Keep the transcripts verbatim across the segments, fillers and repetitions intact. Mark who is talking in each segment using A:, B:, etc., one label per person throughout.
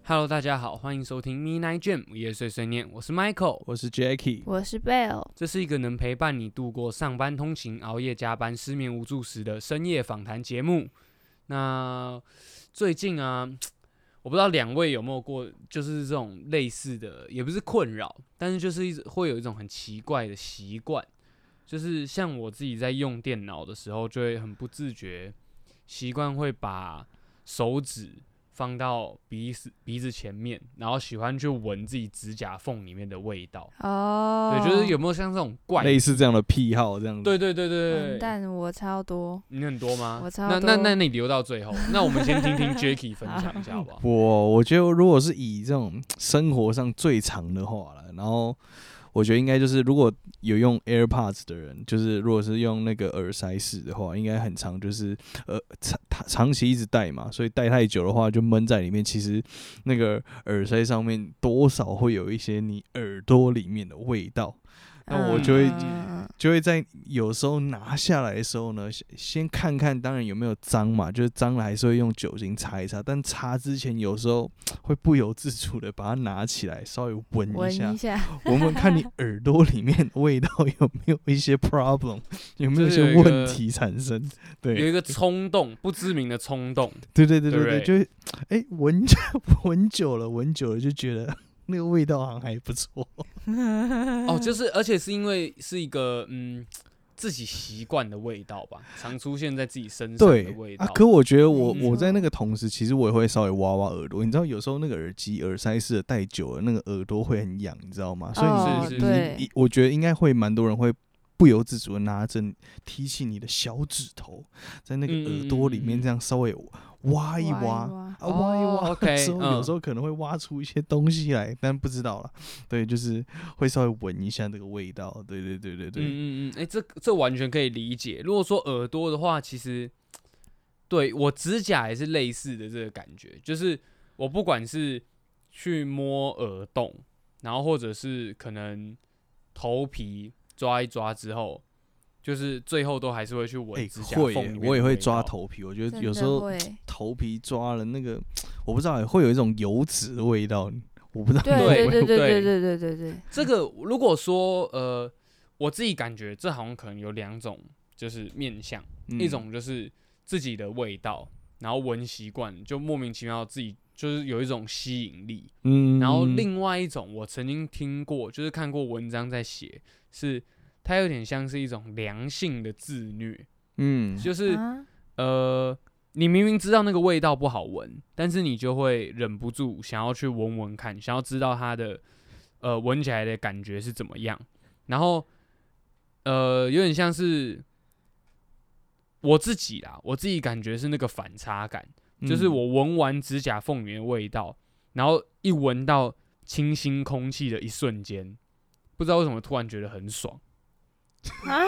A: Hello， 大家好，欢迎收听 Midnight Jam 午夜碎碎念，我是 Michael，
B: 我是 Jackie，
C: 我是 Bell。
A: 这是一个能陪伴你度过上班通勤、熬夜加班、失眠无助时的深夜访谈节目。那最近啊，我不知道两位有没有过，就是这种类似的，也不是困扰，但是就是一会有一种很奇怪的习惯，就是像我自己在用电脑的时候，就会很不自觉，习惯会把手指放到鼻子鼻子前面，然后喜欢去闻自己指甲缝里面的味道。
C: 哦，
A: 对，就是有没有像这种怪
B: 类似这样的癖好这样子？
A: 对对对对对。
C: 但我超多。
A: 你很多吗？
C: 我超多。
A: 那那那你留到最后。那我们先听听 Jackie 分享一下好不好？
B: 我我觉得如果是以这种生活上最长的话了，然后我觉得应该就是如果有用 AirPods 的人，就是如果是用那个耳塞式的话，应该很长，就是呃长长期一直戴嘛，所以戴太久的话就闷在里面。其实那个耳塞上面多少会有一些你耳朵里面的味道。那我就会、
C: 嗯、
B: 就会在有时候拿下来的时候呢，先看看，当然有没有脏嘛，就是脏了还是会用酒精擦一擦，但擦之前有时候会不由自主的把它拿起来，稍微闻一下，
C: 闻一下，
B: 闻闻看你耳朵里面的味道有没有一些 problem， 有没有一些问题产生？对，
A: 有一个冲动，不知名的冲动。
B: 对对对对对，
A: 对
B: 就哎闻闻久了，闻久了就觉得那个味道好像还不错。
A: 哦，就是而且是因为是一个嗯自己习惯的味道吧，常出现在自己身上的味道。
B: 啊，可我觉得我、
A: 嗯、
B: 我在那个同时，其实我也会稍微挖挖耳朵。你知道，有时候那个耳机耳塞式的戴久了，那个耳朵会很痒，你知道吗？所以
C: 哦、
B: 你
C: 是
B: 你我觉得应该会蛮多人会不由自主的拿着提起你的小指头，在那个耳朵里面这样稍微挖一挖，
C: 挖一挖
B: 啊，挖一挖
A: 的
B: 时候，有时候可能会挖出一些东西来，但不知道啦。对，就是会稍微闻一下那个味道。对对对对对。
A: 嗯嗯嗯，哎、欸，这这完全可以理解。如果说耳朵的话，其实对我指甲也是类似的这个感觉，就是我不管是去摸耳洞，然后或者是可能头皮抓一抓之后。就是最后都还是会去闻指甲缝里面的味道、
B: 欸、我也会抓头皮，我觉得有时候头皮抓了那个，我不知道会有一种油脂的味道，我不知道。
C: 对对对对对对对对对。
A: 这个如果说呃，我自己感觉这好像可能有两种，就是面向、嗯，一种就是自己的味道，然后闻习惯，就莫名其妙自己就是有一种吸引力。嗯。然后另外一种，我曾经听过，就是看过文章在写是。它有点像是一种良性的自虐，嗯，就是、啊、呃，你明明知道那个味道不好闻，但是你就会忍不住想要去闻闻看，想要知道它的呃闻起来的感觉是怎么样，然后呃有点像是我自己啦，我自己感觉是那个反差感，嗯、就是我闻完指甲缝里面的味道，然后一闻到清新空气的一瞬间，不知道为什么突然觉得很爽。
C: 啊，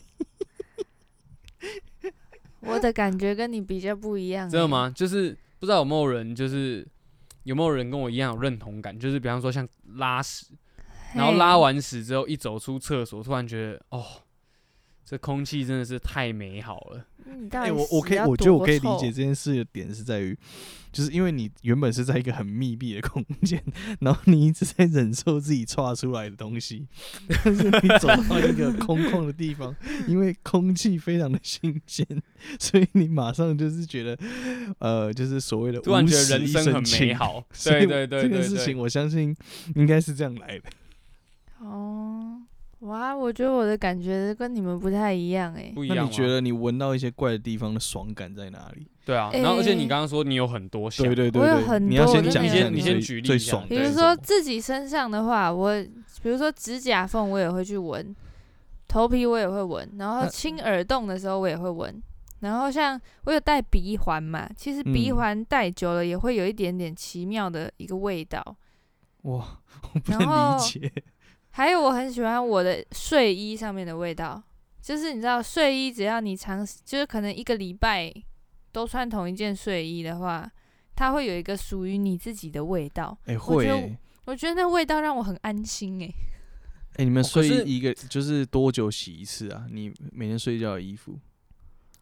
C: 我的感觉跟你比较不一样，
A: 真的吗？就是不知道有没有人，就是有没有人跟我一样有认同感？就是比方说像拉屎，然后拉完屎之后一走出厕所，突然觉得哦，这空气真的是太美好了。
B: 哎、欸，我我可以，我觉得我可以理解这件事的点是在于，就是因为你原本是在一个很密闭的空间，然后你一直在忍受自己唰出来的东西，但是你走到一个空旷的地方，因为空气非常的新鲜，所以你马上就是觉得，呃，就是所谓的
A: 突然觉得人生很美好。对对对对对，
B: 这件事情我相信应该是这样来的。
C: 哦。哇，我觉得我的感觉跟你们不太一样哎、欸。
A: 不一样。
B: 那你觉得你闻到一些怪的地方的爽感在哪里？
A: 对啊，然后而且你刚刚说你有很多项，
B: 对对对
C: 我有很多，
B: 你要先讲一下，
A: 你先举例
B: 最爽的。
C: 比如说自己身上的话，我比如说指甲缝我也会去闻，头皮我也会闻，然后清耳洞的时候我也会闻，然后像我有戴鼻环嘛，其实鼻环戴久了也会有一点点奇妙的一个味道。
B: 哇，我不能理解。
C: 还有我很喜欢我的睡衣上面的味道，就是你知道睡衣只要你长就是可能一个礼拜都穿同一件睡衣的话，它会有一个属于你自己的味道。
B: 哎、欸，会、欸
C: 我觉得，我觉得那味道让我很安心哎、欸。
B: 哎、欸，你们睡衣一个就是多久洗一次啊？你每天睡觉的衣服？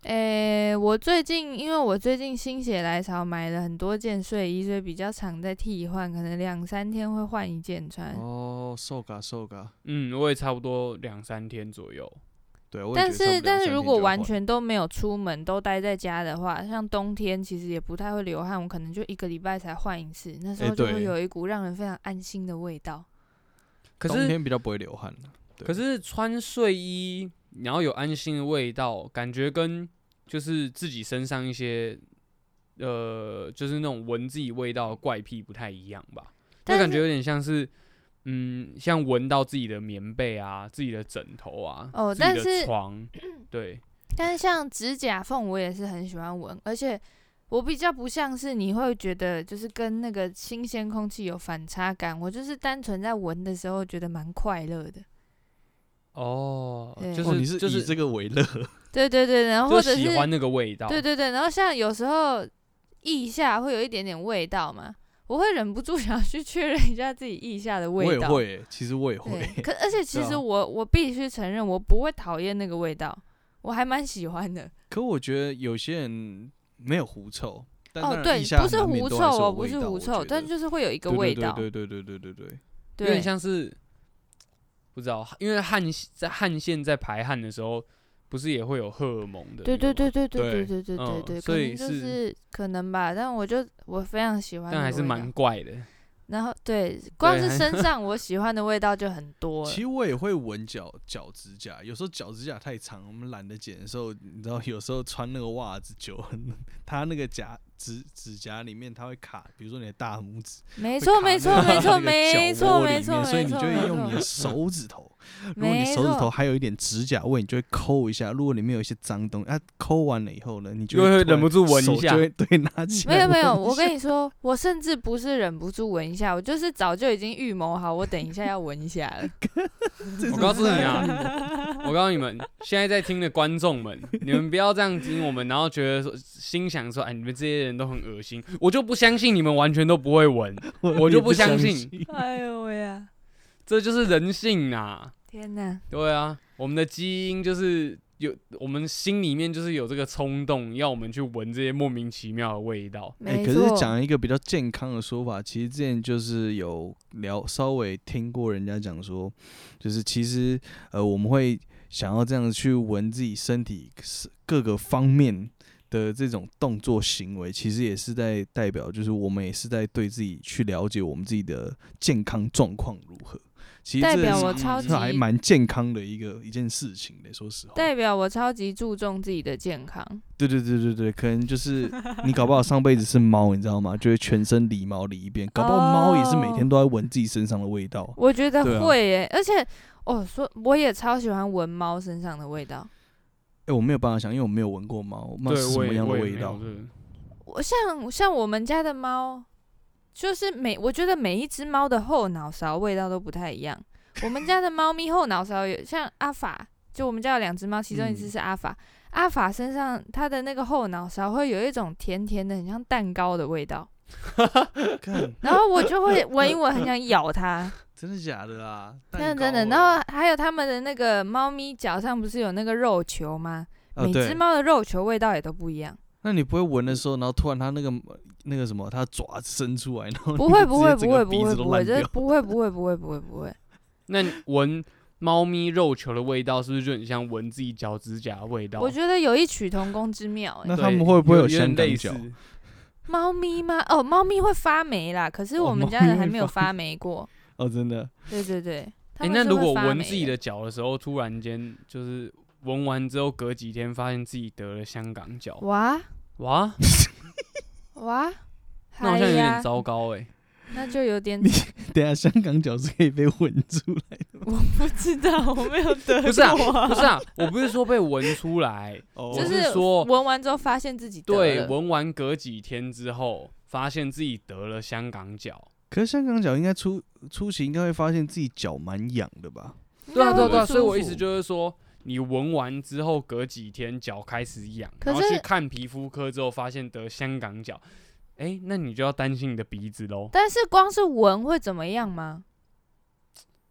C: 诶、我最近因为我最近心血来潮买了很多件睡衣，所以比较常在替换，可能两三天会换一件穿。
B: 哦，受嘎受嘎，
A: 嗯，我也差不多两三天左右。
B: 对，我也
C: 但
B: 觉得差不多
C: 是但是如果完
B: 两三天就要换
C: 全都没有出门，都待在家的话，像冬天其实也不太会流汗，我可能就一个礼拜才换一次，那时
B: 诶
C: 候就会
B: 对
C: 有一股让人非常安心的味道。
B: 冬
A: 可是
B: 天比较不会流汗了。对
A: 可是穿睡衣，然后有安心的味道，感觉跟就是自己身上一些呃，就是那种闻自己味道的怪癖不太一样吧？就
C: 但是
A: 感觉有点像是，嗯，像闻到自己的棉被啊、自己的枕头啊、
C: 哦
A: 自己的
C: 但是
A: 床，对，
C: 但是像指甲缝，我也是很喜欢闻，而且我比较不像是你会觉得就是跟那个新鲜空气有反差感，我就是单纯在闻的时候觉得蛮快乐的。
A: 哦，
C: 对
A: 就
B: 哦，你
A: 是就是
B: 是以这个为乐，
C: 对对对，然后
A: 就
C: 或者是
A: 是喜欢那个味道，
C: 对对对，然后像有时候腋下会有一点点味道嘛，我会忍不住想要去确认一下自己腋下的味道。
B: 我也会欸，其实我也会
C: 对，。可而且其
B: 对啊
C: 实我我必须承认，我不会讨厌那个味道，我还蛮喜欢的。
B: 可我觉得有些人没有狐臭，但
C: 哦，
B: 当然
C: 对
B: 腋，下
C: 不是
B: 难免
C: 狐臭
B: 都还是有
C: 哦，不是
B: 味道
C: 狐臭，
B: 我觉得
C: 但就是会有一个
B: 对
C: 味道。
B: 对对对对对对对对。
A: 有点
C: 对，
A: 像是不知道，因为汗在汗腺在排汗的时候，不是也会有荷尔蒙的那
C: 对
A: 个吗？
C: 对对对对
B: 对
C: 对对对对
A: 嗯
C: 对，可
A: 所以
C: 能就是是可能吧，但我就我非常喜欢那
A: 但还是
C: 个味道，
A: 蛮怪的。
C: 然后对，光是
A: 还
C: 身上我喜欢的味道就很多了
B: 其。实我也会闻脚脚指甲，有时候脚指甲太长，我们懒得剪的时候，你知道，有时候穿那个袜子久了，它那个甲指指甲里面它会卡，比如说你的大拇指，
C: 没错没错没错没错没错
B: 所以你就
C: 没错没
B: 会用你的
C: 错，
B: 手指头。如果你
C: 没
B: 手指头
C: 错，
B: 还有一点指甲味，你就会抠一下。如果里面有一些脏东西，啊，抠完了以后呢，你就
A: 就会
B: 突然
A: 忍不住闻一
B: 手
A: 下
B: 就会对拿起来
C: 没有没有，
B: 闻一下
C: 我跟你说，我甚至不是忍不住闻一下，我就是早就已经预谋好，我等一下要闻一下了。
A: 我告诉你啊，我告诉你们，现在在听的观众们，你们不要这样听我们，然后觉得说心想说，哎，你们这些人都很恶心，我就不相信你们完全都不会闻，我就
B: 也不
A: 不相信
B: 信。
C: 哎呦喂呀！
A: 这就是人性呐。
C: 天哪！
A: 对啊，我们的基因就是有，我们心里面就是有这个冲动，要我们去闻这些莫名其妙的味道。
B: 哎、
C: 没错，
B: 可是讲一个比较健康的说法，其实之前就是有聊，稍微听过人家讲说，就是其实呃我们会想要这样子去闻自己身体各个方面的这种动作行为，其实也是在代表，就是我们也是在对自己去了解我们自己的健康状况如何。其实这
C: 代表
B: 是
C: 我超级
B: 这还蛮健康的一个一件事情的，说实话。
C: 代表我超级注重自己的健康。
B: 对对对对对，可能就是你搞不好上辈子是猫，你知道吗？就会全身理毛理一遍，搞不好猫也是每天都在闻自己身上的味道。
C: 我觉得
B: 对啊
C: 会耶、而且哦，说我也超喜欢闻猫身上的味道。
B: 哎、我没有办法想，因为我没有闻过猫，猫
A: 对，
B: 是什么
A: 我也我也
B: 样的味道？
A: 没有这个
C: 我像像我们家的猫，就是每我觉得每一只猫的后脑勺味道都不太一样。我们家的猫咪后脑勺有像阿法，就我们家有两只猫，其中一只是阿法。阿法身上它的那个后脑勺会有一种甜甜的，很像蛋糕的味道。
B: 看，
C: 然后我就会闻一闻，很想咬它。
B: 真的假的啊？
C: 真的真的。
B: 蛋糕欸
C: 然后还有它们的那个猫咪脚上不是有那个肉球吗？
B: 哦
C: 每只
B: 对，
C: 猫的肉球味道也都不一样。
B: 那你不会闻的时候，然后突然它那个那个什么，它爪子伸出来，然后
C: 不会
B: 你就直
C: 不会不会
B: 接整个鼻子
C: 不会不会，
B: 都烂掉。
C: 这不会不会不会不会不会。
A: 那闻猫咪肉球的味道，是不是就很像闻自己脚指甲的味道？
C: 我觉得有异曲同工之妙、欸。
B: 那
A: 对
B: 他们会不会
A: 有
B: 香港
A: 点类似
B: 脚？
C: 猫咪吗？哦，猫咪会发霉啦，可是
B: 哦
C: 我们
B: 猫咪会
C: 家人还没有
B: 发
C: 发霉过。
B: 哦，真的。
C: 对对对。他
A: 哎、
C: 们是
A: 那如果
C: 会发霉
A: 闻自己的脚的时候，突然间就是闻完之后，隔几天发现自己得了香港脚，
C: 哇
A: 哇，
C: 哇，
A: 那好像有点
C: 嗨呀，
A: 糟糕哎、
C: 那就有点
B: 等一下香港脚是可以被闻出来的吗。
C: 我不知道，我没有得
A: 不是啊，
C: 过
A: 不是啊，我不是说被闻出来，
B: 哦
A: 我
C: 就是
A: 说
C: 闻完之后发现自己得
A: 对，
C: 了。
A: 闻完隔几天之后，发现自己得了香港脚。
B: 可是香港脚应该初初期应该会发现自己脚蛮痒的吧？
A: 对啊，对啊，对啊，
C: 应该会不
A: 所以我意思
C: 舒服
A: 就是说，你闻完之后隔几天脚开始痒，
C: 可是
A: 然后去看皮肤科之后发现得香港脚，哎、那你就要担心你的鼻子喽。
C: 但是光是闻会怎么样吗？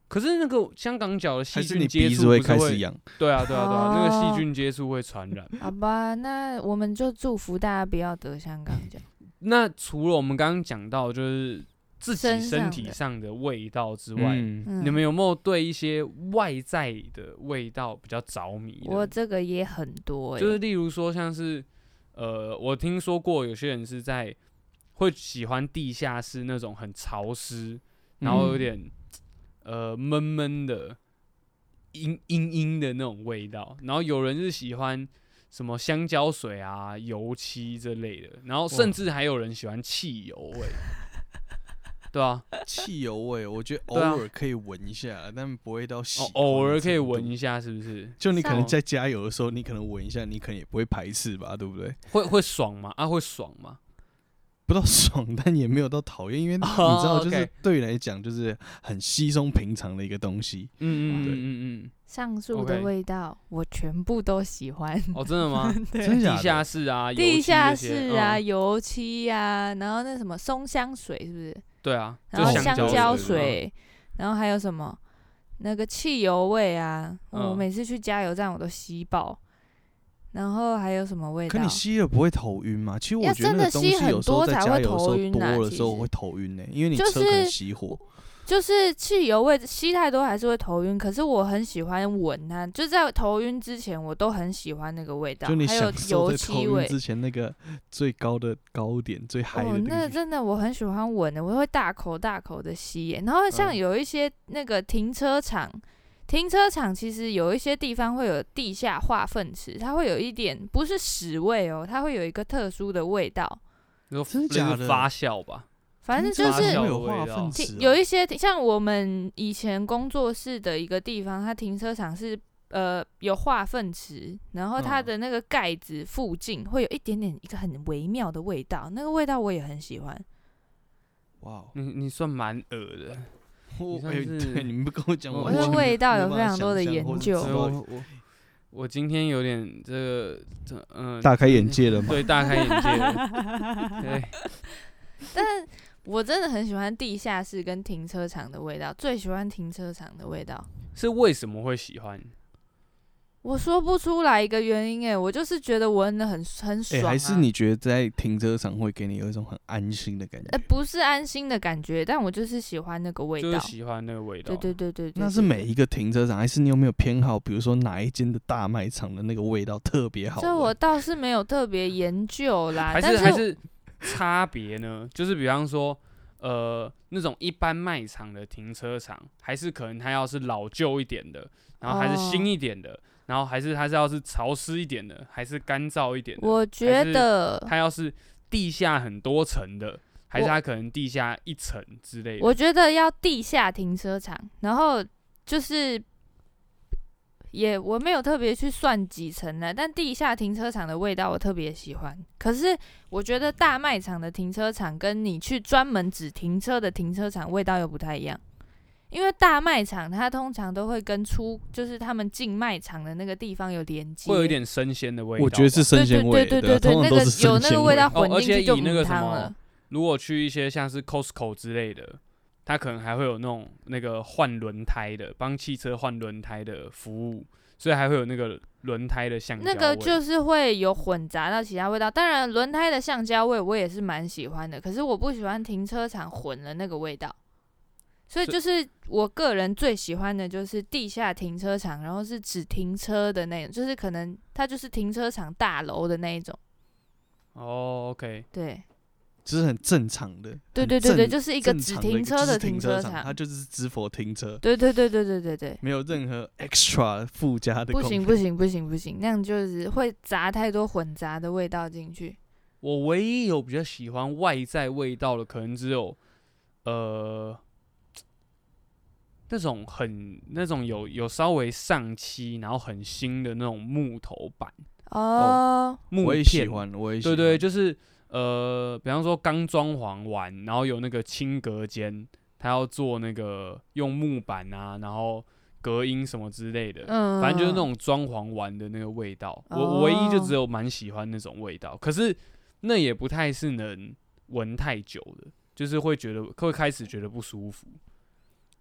A: 可是那个香港脚的细
B: 还是你
A: 菌接
B: 鼻子会
A: 触不是会？
B: 开始痒？
A: 对啊，对啊，对啊，
C: 哦
A: 那个细菌接触会传染。
C: 好吧，那我们就祝福大家不要得香港脚。
A: 那除了我们刚刚讲到就是自己
C: 身上
A: 身体
C: 的
A: 上的味道之外，
B: 嗯，
C: 嗯，
A: 你们有没有对一些外在的味道比较着迷的？
C: 我这个也很多哎、
A: 就是例如说像是呃，我听说过有些人是在会喜欢地下室那种很潮湿，然后有点、呃闷闷的、阴阴阴的那种味道，然后有人是喜欢什么香蕉水啊、油漆之类的，然后甚至还有人喜欢汽油味，对啊，
B: 汽油味，我觉得偶
A: 对啊
B: 尔可以闻一下，但不会到喜
A: 哦
B: 欢的
A: 偶尔可以
B: 程度
A: 闻一下，是不是？
B: 就你可能
A: 像
B: 在加油的时候，你可能闻一下，你可能也不会排斥吧，对不对？
A: 会会爽吗？啊，会爽吗？
B: 不到爽，但也没有到讨厌，因为你知
A: 哦
B: 道，就是
A: ，OK
B: 对你来讲，就是很稀松平常的一个东西。
A: 嗯嗯
B: 对
A: 嗯嗯嗯，
C: 上述
A: OK
C: 的味道我全部都喜欢。
A: 哦，真的吗？
B: 真的假的
A: 地下室啊，油漆
C: 地下
A: 这些
C: 室啊，
A: 嗯
C: 油漆啊，然后那什么松香水是不是？
A: 对啊，
C: 然后
A: 就
C: 香蕉
A: 蕉水，
C: 水，然后还有什么那个汽油味啊？我
A: 嗯
C: 每次去加油站我都吸爆。然后还有什么味道
B: 可你？吸了不会头晕吗？其实我
C: 要
B: 觉得那个东西
C: 真的吸很
B: 有时候在
C: 多才会
B: 加油的时候
C: 头晕啊
B: 多的
C: 其实
B: 时候会头晕呢、因为你
C: 就
B: 车可能
C: 是
B: 熄火。
C: 就是汽油味吸太多还是会头晕，可是我很喜欢闻它，就在头晕之前我都很喜欢那个味道，
B: 就你
C: 还有
B: 享受
C: 油
B: 在头晕
C: 漆味。
B: 之前那个最高的高点、最嗨的
C: 哦，
B: 地方。
C: 那真的我很喜欢闻的，我会大口大口的吸耶。然后像
B: 嗯
C: 有一些那个停车场，停车场其实有一些地方会有地下化粪池，它会有一点不是屎味哦，它会有一个特殊的味道。
A: 你说
B: 真的假的
A: 那个发酵吧？
C: 反正就是
A: 发酵
B: 会有化
A: 的味道
B: 粪池、哦，
C: 停有一些像我们以前工作室的一个地方，它停车场是呃有化粪池，然后它
B: 嗯
C: 的那个盖子附近会有一点点一个很微妙的味道，那个味道我也很喜欢。
B: 哇哦！
A: 你你算蛮恶的，
B: 我哎、
A: 算是
B: 对，你们不跟我讲，
A: 我
C: 我对
B: 完全
C: 味道有
B: 没办法
C: 非常多的
B: 想象或者
C: 研究
A: 所以
B: 知道
A: 我我我今天有点这个这嗯、
B: 大开眼界了嘛。
A: 对，大开眼界了，对，
C: 但我真的很喜欢地下室跟停车场的味道，最喜欢停车场的味道。
A: 是为什么会喜欢？
C: 我说不出来一个原因，哎，我就是觉得闻的很很
B: 哎、
C: 爽、啊
B: 还是你觉得在停车场会给你有一种很安心的感觉？
C: 呃不是安心的感觉，但我就是喜欢那个味道。
A: 就是喜欢那个味道。
C: 对对对对对，
B: 那是每一个停车场，还是你有没有偏好？比如说哪一间的大卖场的那个味道特别好闻？
C: 这我倒是没有特别研究啦，
A: 还
C: 但
A: 是还是差别呢？就是比方说，呃，那种一般卖场的停车场，还是可能它要是老旧一点的，然后还是新一点的，然后还是它是要是潮湿一点的，还是干燥一点的？
C: 我觉得，
A: 它要是地下很多层的，还是它可能地下一层之类的？
C: 我觉得要地下停车场，然后就是也我没有特别去算几层呢，但地下停车场的味道我特别喜欢。可是我觉得大卖场的停车场跟你去专门只停车的停车场味道又不太一样。因为大卖场它通常都会跟出，就是他们进卖场的那个地方有连接，
A: 会有一点生鲜的味道吧。
B: 我觉得是生鲜味，啊
C: 对对对对对，
B: 通常都
C: 那个有
B: 是生鲜
C: 那个味道
A: 哦
C: 混进去就
A: 而且以那个
C: 母
A: 什么
C: 汤了。
A: 如果去一些像是 Costco 之类的，它可能还会有那种那个换轮胎的，帮汽车换轮胎的服务，所以还会有那个轮胎的橡胶味。
C: 那个就是会有混杂到其他味道，当然轮胎的橡胶味我也是蛮喜欢的，可是我不喜欢停车场混了那个味道。所以就是我个人最喜欢的就是地下停车场，然后是只停车的那种，就是可能它就是停车场大楼的那一种。
A: 哦 ，OK，
C: 对
B: 就是很正常的。很
C: 对对对对，
B: 正
C: 就是一个只
B: 正常的
C: 停车
B: 就是
C: 停场。
B: 车它就是只否停车，
C: 对对对对对对对，
B: 没有任何 extra 附加的
C: 不
B: 功能。
C: 行不行不行不行，那样就是会杂太多混杂的味道进去。
A: 我唯一有比较喜欢外在味道的，可能只有呃那种很那种有有稍微上漆，然后很新的那种木头板
C: 哦，
A: 木
B: 我也喜
A: 片，
B: 欢，我也喜欢。
A: 对对，就是呃，比方说刚装潢完，然后有那个轻隔间，他要做那个用木板啊，然后隔音什么之类的，
C: 嗯，
A: 反正就是那种装潢完的那个味道。
C: 哦
A: 我我唯一就只有蛮喜欢那种味道，可是那也不太是能闻太久的，就是会觉得会开始觉得不舒服。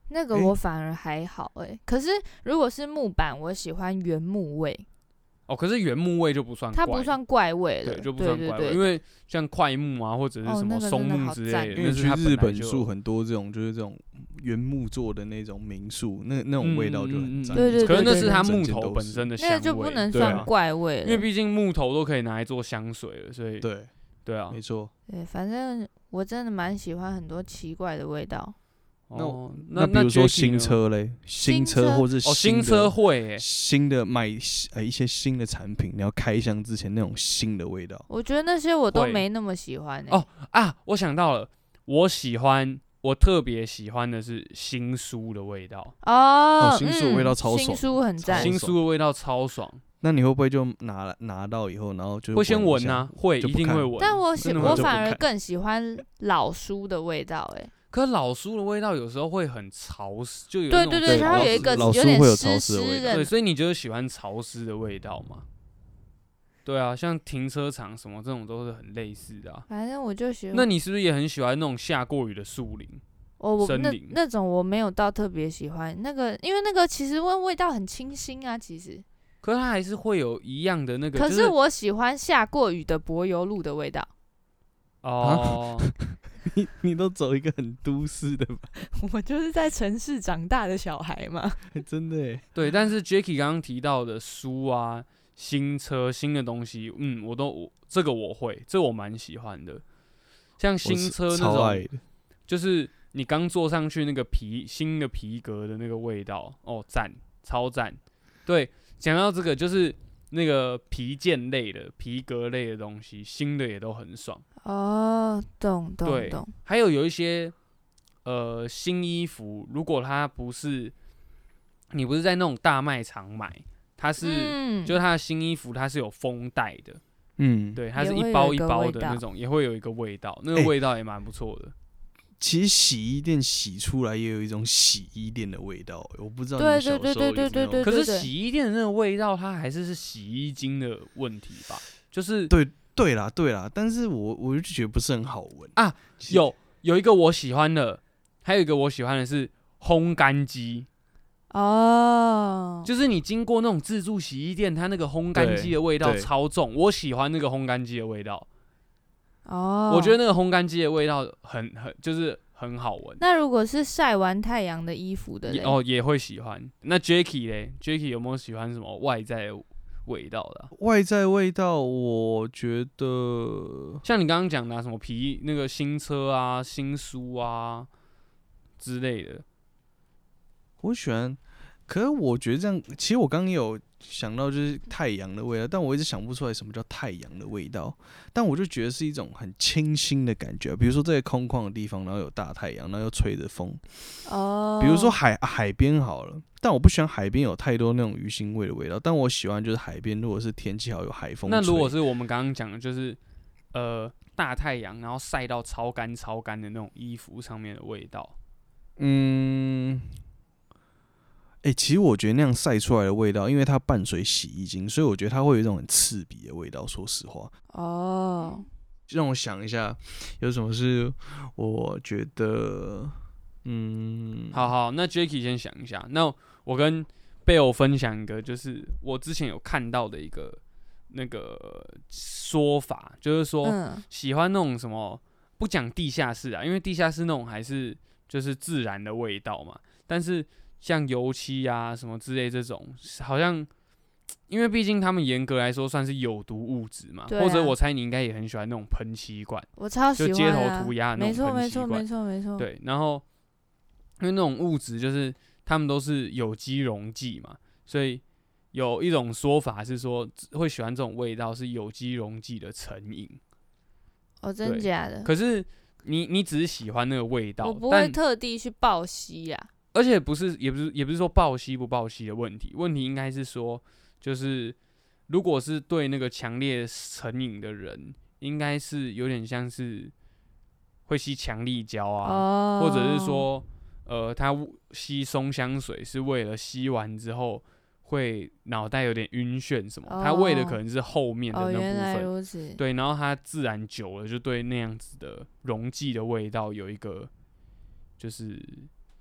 C: 那个我反而还好哎、欸，可是如果是木板，我喜欢原木味。
A: 哦，可是原木味就不算怪，
C: 它不算怪味了，
A: 对，就不算怪味，
C: 对对对，
A: 因为像块木啊，或者是什么松木之类的，
C: 哦那个、
B: 因为去
A: 那是它
B: 日本
A: 就
B: 住很多这种就是这种原木做的那种民宿，那那种味道就很赞。
C: 对对对，
A: 可是那是它木头本身的香味，
C: 那个就不能算怪味了，
A: 因为毕竟木头都可以拿来做香水了，所以
B: 对
A: 对啊，
B: 没错。
C: 对，反正我真的蛮喜欢很多奇怪的味道。
A: 哦，
B: 那比如说新车嘞，新车或是
A: 哦新车会
B: 新的买呃一些新的产品，你要开箱之前那种新的味道，
C: 我觉得那些我都没那么喜欢、欸。
A: 哦啊，我想到了，我喜欢，我特别喜欢的是新书的味道。
C: 哦，
B: 哦新书的味道超爽，
C: 新书很赞，
A: 新书的味道超爽。
B: 那你会不会就拿拿到以后，然后就
A: 会先闻啊？会，一定会闻。
C: 但我喜我反而更喜欢老书的味道、欸，哎。
A: 可老书的味道有时候会很潮湿，就有
C: 对对对，它会有一个有点湿湿的，
A: 对，所以你就是喜欢潮湿的味道嘛？对啊，像停车场什么这种都是很类似的啊。
C: 反正我就喜欢。
A: 那你是不是也很喜欢那种下过雨的树林？
C: 哦，我
A: 森林
C: 那那种我没有到特别喜欢那个，因为那个其实味味道很清新啊，其实。
A: 可是它还是会有一样的那个。
C: 可是我喜欢下过雨的柏油路的味道。
A: 哦。
B: 你你都走一个很都市的吧？
C: 我就是在城市长大的小孩嘛。
B: 真的耶。
A: 对，但是 Jacky 刚刚提到的书啊、新车、新的东西，嗯，我都我这个我会，这个我蛮喜欢的。像新车那种，就是你刚坐上去那个皮新的皮革的那个味道，哦，赞，超赞。对，讲到这个就是那个皮件类的、皮革类的东西，新的也都很爽。
C: 哦，懂懂懂。
A: 还有有一些呃新衣服，如果它不是你不是在那种大卖场买，它是、嗯、就是它的新衣服，它是有封袋的，
B: 嗯，
A: 对，它是一包一包的那种，也会有一个味道，那个味道也蛮不错的。欸
B: 其实洗衣店洗出来也有一种洗衣店的味道，我不知道你们小时候有没有。
C: 对对对对对。
A: 可是洗衣店的那个味道，它还是是洗衣精的问题吧？就是
B: 对对啦对啦，但是我我就觉得不是很好闻
A: 啊。有有一个我喜欢的，还有一个我喜欢的是烘干机。哦，就是你经过那种自助洗衣店，它那个烘干机的味道超重，我喜欢那个烘干机的味道。哦，我觉得那个烘干机的味道很很就是很好闻。
C: 那如果是晒完太阳的衣服的，
A: 哦也会喜欢。那 Jacky 嘞 ，Jacky 有没有喜欢什么外在的味道的、啊？
B: 外在味道，我觉得
A: 像你刚刚讲的、啊、什么皮那个新车啊、新书啊之类的，
B: 我喜欢。可是我觉得这样，其实我刚刚也有想到就是太阳的味道，但我一直想不出来什么叫太阳的味道。但我就觉得是一种很清新的感觉，比如说在空旷的地方，然后有大太阳，然后又吹着风。哦。比如说海海边好了，但我不喜欢海边有太多那种鱼腥味的味道，但我喜欢就是海边，如果是天气好有海风吹。
A: 那如果是我们刚刚讲的，就是呃大太阳，然后晒到超干超干的那种衣服上面的味道，
B: 嗯。哎、欸，其实我觉得那样晒出来的味道，因为它伴随洗衣精，所以我觉得它会有一种很刺鼻的味道。说实话，哦，让我想一下，有什么是我觉得，嗯，
A: 好好，那 Jacky 先想一下。那我跟贝欧分享一个，就是我之前有看到的一个那个说法，就是说、嗯、喜欢那种什么，不讲地下室啊，因为地下室那种还是就是自然的味道嘛，但是。像油漆啊什么之类这种，好像因为毕竟他们严格来说算是有毒物质嘛，啊、或者我猜你应该也很喜欢那种喷漆罐，
C: 我超喜欢、啊，
A: 就街头涂鸦的那种喷漆罐，
C: 没错没错没错。
A: 对，然后因为那种物质就是他们都是有机溶剂嘛，所以有一种说法是说会喜欢这种味道是有机溶剂的成瘾。
C: 哦，真假的？
A: 可是你你只是喜欢那个味道，
C: 我不会特地去爆吸呀。
A: 而且不是，也不是，也不是说爆吸不爆吸的问题，问题应该是说，就是如果是对那个强烈成瘾的人，应该是有点像是会吸强力胶啊， oh. 或者是说，呃，他吸松香水是为了吸完之后会脑袋有点晕眩什么， oh. 他为的可能是后面的那部分，
C: oh, 原来如此。
A: 对，然后他自然久了就对那样子的溶剂的味道有一个就是。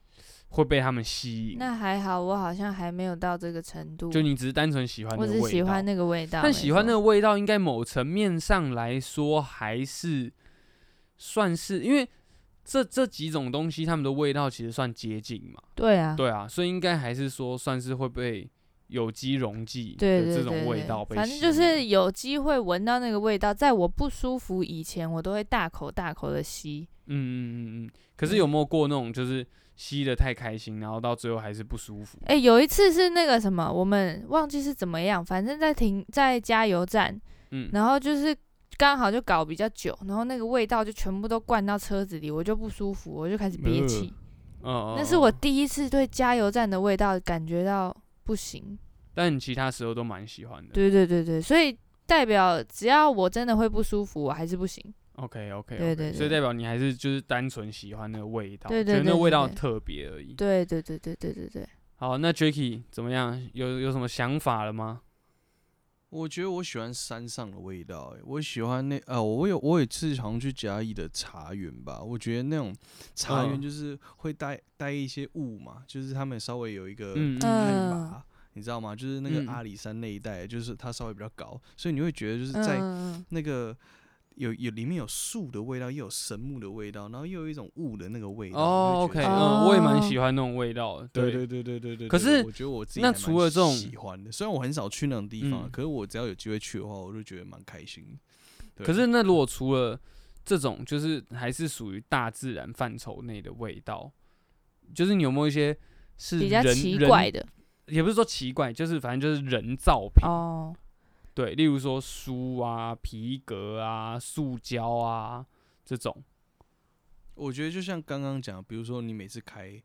A: 会被他们吸引。
C: 那还好，我好像还没有到这个程度。
A: 就你只是单纯喜欢那
C: 我
A: 个味道，
C: 只喜欢那个味道。
A: 但喜欢那个
C: 没错
A: 味道，应该某层面上来说还是算是，因为这这几种东西，它们的味道其实算接近嘛。
C: 对啊，
A: 对啊，所以应该还是说算是会被有机溶剂
C: 对对
A: 的这种
C: 对对
A: 味道被吸引。
C: 反正就是有机会闻到那个味道，在我不舒服以前，我都会大口大口的吸。
A: 嗯嗯嗯嗯。可是有没有过那种就是吸得太开心，然后到最后还是不舒服？
C: 哎、欸，有一次是那个什么，我们忘记是怎么样，反正在停在加油站，
A: 嗯，
C: 然后就是刚好就搞比较久，然后那个味道就全部都灌到车子里，我就不舒服，我就开始憋气。
A: 呃、哦，
C: 那是我第一次对加油站的味道感觉到不行。
A: 但你其他时候都蛮喜欢的。
C: 对对对对，所以代表只要我真的会不舒服，我还是不行。
A: OK OK，, okay
C: 对对对，
A: 所以代表你还是就是单纯喜欢那个味道，
C: 对对对对对，
A: 觉得那个味道特别而已。
C: 对对对对对对对。
A: 好，那 Jacky 怎么样？有有什么想法了吗？
B: 我觉得我喜欢山上的味道、欸，我喜欢那啊，我有我有一次好像去嘉义的茶园吧，我觉得那种茶园就是会带带一些雾嘛，就是他们稍微有一个
A: 嗯
B: 海拔。
C: 嗯
B: 你知道吗？就是那个阿里山那一带，就是它稍微比较高，所以你会觉得就是在那个有有里面有树的味道，又有神木的味道，然后又有一种雾的那个味道。
A: 哦 ，OK， 嗯，我也蛮喜欢那种味道的。
B: 对对对对对对。
A: 可是
B: 我觉得我自己
A: 那除了这种
B: 喜欢的，虽然我很少去那种地方，
A: 嗯、
B: 可是我只要有机会去的话，我就觉得蛮开心的。
A: 可是那如果除了这种，就是还是属于大自然范畴内的味道，就是你有没有一些是
C: 比较奇怪的？
A: 也不是说奇怪，就是反正就是人造品
C: 哦，
A: 对，例如说书啊、皮革啊、塑胶啊这种。
B: 我觉得就像刚刚讲，比如说你每次开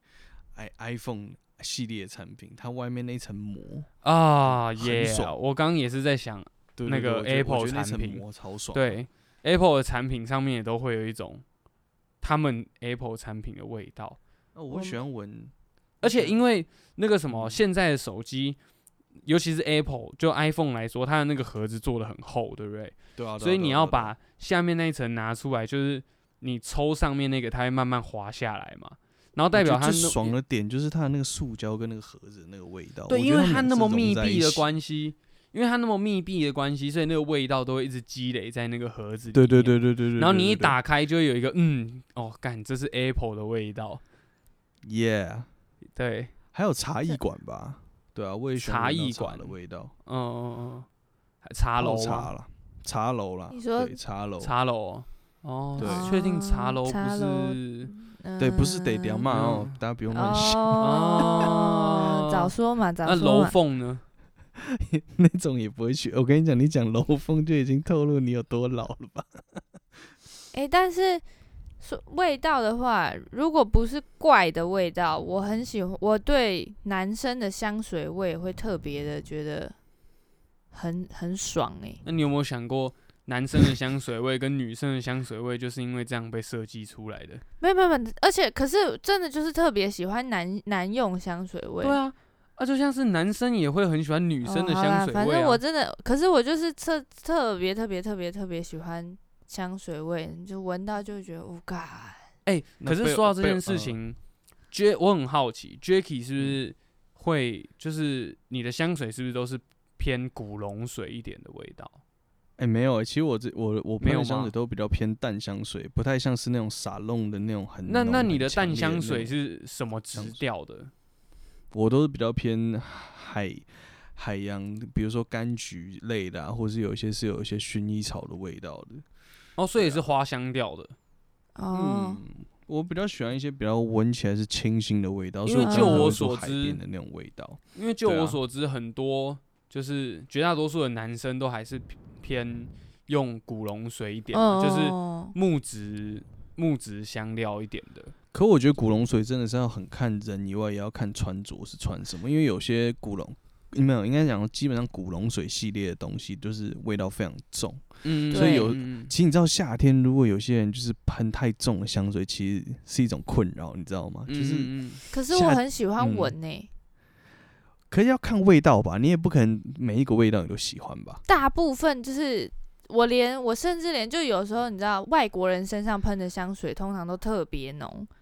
B: iPhone 系列产品，它外面那层膜
A: 啊，
B: 耶、
A: yeah, 我刚刚也是在想那个 Apple 产品，
B: 膜超爽。
A: 对 ，Apple 的产品上面也都会有一种他们 Apple 产品的味道。
B: 那、哦、我喜欢闻。
A: 而且因为那个什么，现在的手机，尤其是 Apple， 就 iPhone 来说，它的那个盒子做的很厚，对不对？
B: 对啊。
A: 所以你要把下面那一层拿出来，就是你抽上面那个，它会慢慢滑下来嘛。然后代表它
B: 最爽的点就是它的那个塑胶跟那个盒子的那个味道。
A: 对，因为它那么密闭的关系，因为它那么密闭的关系，所以那个味道都会一直积累在那个盒子里面。
B: 对对对对对对。
A: 然后你一打开，就会有一个嗯，哦，干，这是 Apple 的味道。
B: Yeah。
A: 对。
B: 还有茶艺馆吧，对啊，我也喜欢
A: 茶艺馆
B: 的味道。
A: 嗯嗯嗯，茶楼
B: 茶啦，茶楼啦，
C: 你说
B: 对茶楼，
A: 茶楼哦，
B: 对，
A: 确定茶楼不
C: 是，
B: 对，不是得凉嘛哦，大家不用乱想
C: 哦，早说嘛，早说嘛。
A: 那楼凤呢？
B: 那种也不会去。我跟你讲，你讲楼凤就已经透露你有多老了吧？
C: 哎、欸，但是。味道的话，如果不是怪的味道，我很喜欢。我对男生的香水味会特别的觉得很很爽哎、欸。
A: 那你有没有想过，男生的香水味跟女生的香水味就是因为这样被设计出来的？
C: 没有没有没有，而且可是真的就是特别喜欢男男用香水味。
A: 对啊，啊就像是男生也会很喜欢女生的香水味、啊
C: 哦、反正我真的，可是我就是特特别特别特别特别喜欢。香水味，你就闻到就会觉得，哦God！
A: 哎、欸，可是说到这件事情 ，J、呃、我很好奇 ，Jacky 是不是会，就是你的香水是不是都是偏古龙水一点的味道？
B: 哎、欸，没有、欸，其实我这我我喷的香水都比较偏淡香水，不太像是那种撒弄的那种很。
A: 那那你的淡香水是什么质调的？
B: 我都是比较偏海海洋，比如说柑橘类的、啊，或是有一些是有一些薰衣草的味道的。
A: 哦，所以也是花香调的。
C: 哦、
B: 嗯，我比较喜欢一些比较闻起来是清新的味道，
A: 因为就我所
B: 知的那种味道。
A: 因为就我所知，很多就是绝大多数的男生都还是偏用古龙水一点的，
C: 哦、
A: 就是木质木质香料一点的。
B: 可我觉得古龙水真的是要很看人以外，也要看穿着是穿什么，因为有些古龙。没有，应该讲基本上古龙水系列的东西就是味道非常重，
A: 嗯，
B: 所以有，其实你知道夏天如果有些人就是喷太重的香水，其实是一种困扰，你知道吗？
A: 嗯、
B: 就是，
C: 可是我很喜欢闻呢、欸嗯，
B: 可是要看味道吧，你也不可能每一个味道你都喜欢吧？
C: 大部分就是我连我甚至连就有时候你知道外国人身上喷的香水通常都特别浓。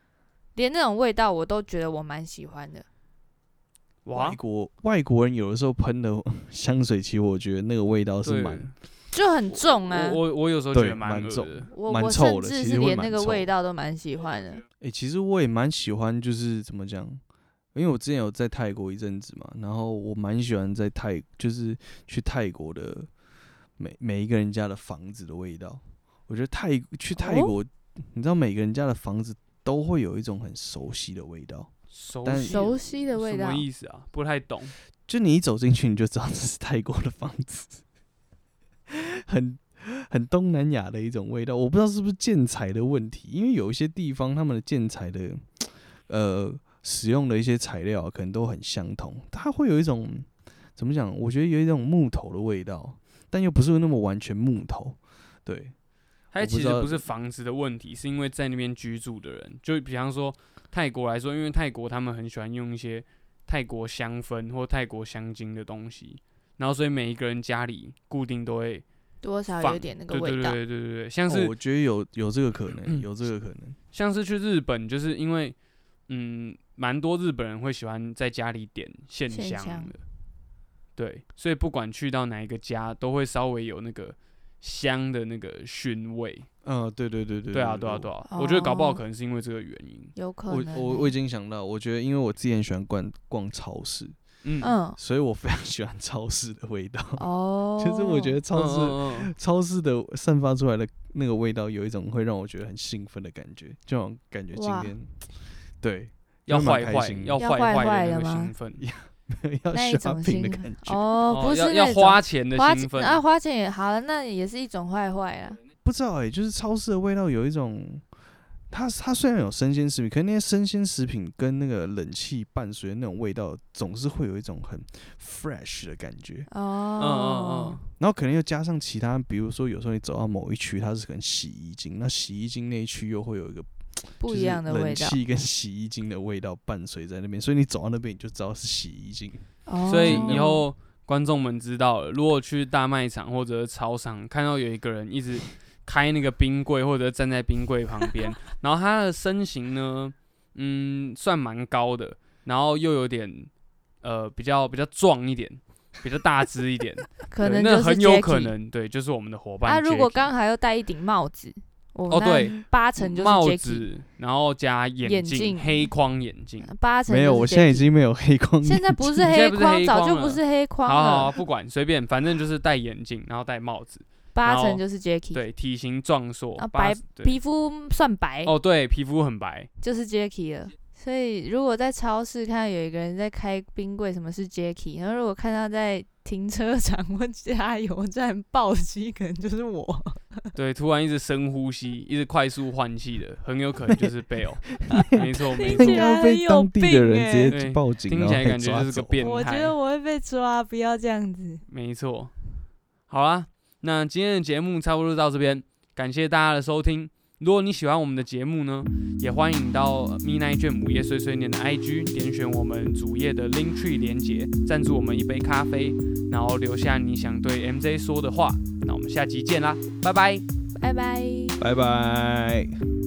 C: 连那种味道我都觉得我蛮喜欢的。
A: 哇
B: 外，国外国人有的时候喷的香水，其实我觉得那个味道是蛮
C: 就很重啊。
A: 我我我有时候觉得
B: 对蛮重
A: 恶的。
C: 我我
B: 蛮臭的
C: 甚至是
B: 其实会蛮臭
C: 连那个味道都蛮喜欢的。
B: 哎、欸，其实我也蛮喜欢，就是怎么讲，因为我之前有在泰国一阵子嘛，然后我蛮喜欢在泰，就是去泰国的每每一个人家的房子的味道。我觉得泰去泰国，哦、你知道每个人家的房子都会有一种很熟悉的味道。
A: 熟
B: 悉
C: 熟悉的味道
A: 什么意思啊？不太懂。
B: 就你一走进去，你就知道这是泰国的房子，很很东南亚的一种味道。我不知道是不是建材的问题，因为有一些地方他们的建材的呃使用的一些材料可能都很相同，它会有一种怎么讲？我觉得有一种木头的味道，但又不是那么完全木头。对，
A: 它其实不是房子的问题，是因为在那边居住的人，就比方说泰国来说，因为泰国他们很喜欢用一些泰国香氛或泰国香精的东西，然后所以每一个人家里固定都会
C: 多少有点那个味道。
A: 对对对对对对，像是、
B: 哦、我觉得有有这个可能，有这个可能。
A: 像是去日本，就是因为嗯，蛮多日本人会喜欢在家里点线香的，对，所以不管去到哪一个家，都会稍微有那个香的那个熏味。
B: 嗯，对对对对，
A: 对啊对啊对啊，我觉得搞不好可能是因为这个原因。
C: 有可能、欸。
B: 我我我已经想到，我觉得因为我之前喜欢逛逛超市，嗯，所以我非常喜欢超市的味道。哦，就是我觉得超市、嗯嗯嗯、超市的散发出来的那个味道，有一种会让我觉得很兴奋的感觉，就好像感觉今天对
A: 要坏坏要坏坏的那个兴奋。
B: 要 shopping 的感觉
C: 哦，不是、
A: 哦、要, 要花钱的兴奋
C: 啊，花钱也好了，那也是一种坏坏啊。
B: 不知道哎、欸，就是超市的味道有一种，它它虽然有生鲜食品，可是那些生鲜食品跟那个冷气伴随的那种味道，总是会有一种很 fresh 的感觉。哦，嗯嗯嗯。然后可能又加上其他，比如说有时候你走到某一区，它是可能洗衣精，那洗衣精那一区又会有一个。
C: 不一样的味道，
B: 冷气跟洗衣精的味道伴随在那边，所以你走到那边你就知道是洗衣精。
A: 哦、所以以后观众们知道了，如果去大卖场或者超商看到有一个人一直开那个冰柜或者站在冰柜旁边，然后他的身形呢，嗯，算蛮高的，然后又有点呃比较比较壮一点，比较大只一点，
C: 可能就是 Jacky，
A: 那很有可能对，就是我们的伙伴。
C: 他、啊、如果刚好又戴一顶帽子。
A: 哦，对，
C: 八成就是
A: 帽子，然后加眼镜，黑框眼镜。
C: 八成
B: 没有，我现在已经没有黑框眼镜。
C: 现在不是黑框，早就不是黑框了。
A: 好好好，不管，随便，反正就是戴眼镜，然后戴帽子。
C: 八成就是 Jacky。
A: 对，体型壮硕，
C: 白，皮肤算白。
A: 哦，对，皮肤很白，
C: 就是 Jacky 了。所以如果在超市看到有一个人在开冰柜，什么是 Jacky？ 然后如果看到在停车场或加油站暴击，可能就是我。
A: 对，突然一直深呼吸，一直快速换气的，很有可能就是贝欧。没错没错，
B: 应该被当地的人直接报警，
A: 听起来感觉就是个变态。
C: 我觉得我会被抓，不要这样子。
A: 没错。好啦，那今天的节目差不多就到这边，感谢大家的收听。如果你喜欢我们的节目呢，也欢迎到 Midnight Jam 午夜碎碎念的 I G 点选我们主页的 Linktree 连结，赞助我们一杯咖啡，然后留下你想对 M J 说的话。那我们下集见啦，拜拜，
C: 拜拜，
B: 拜拜。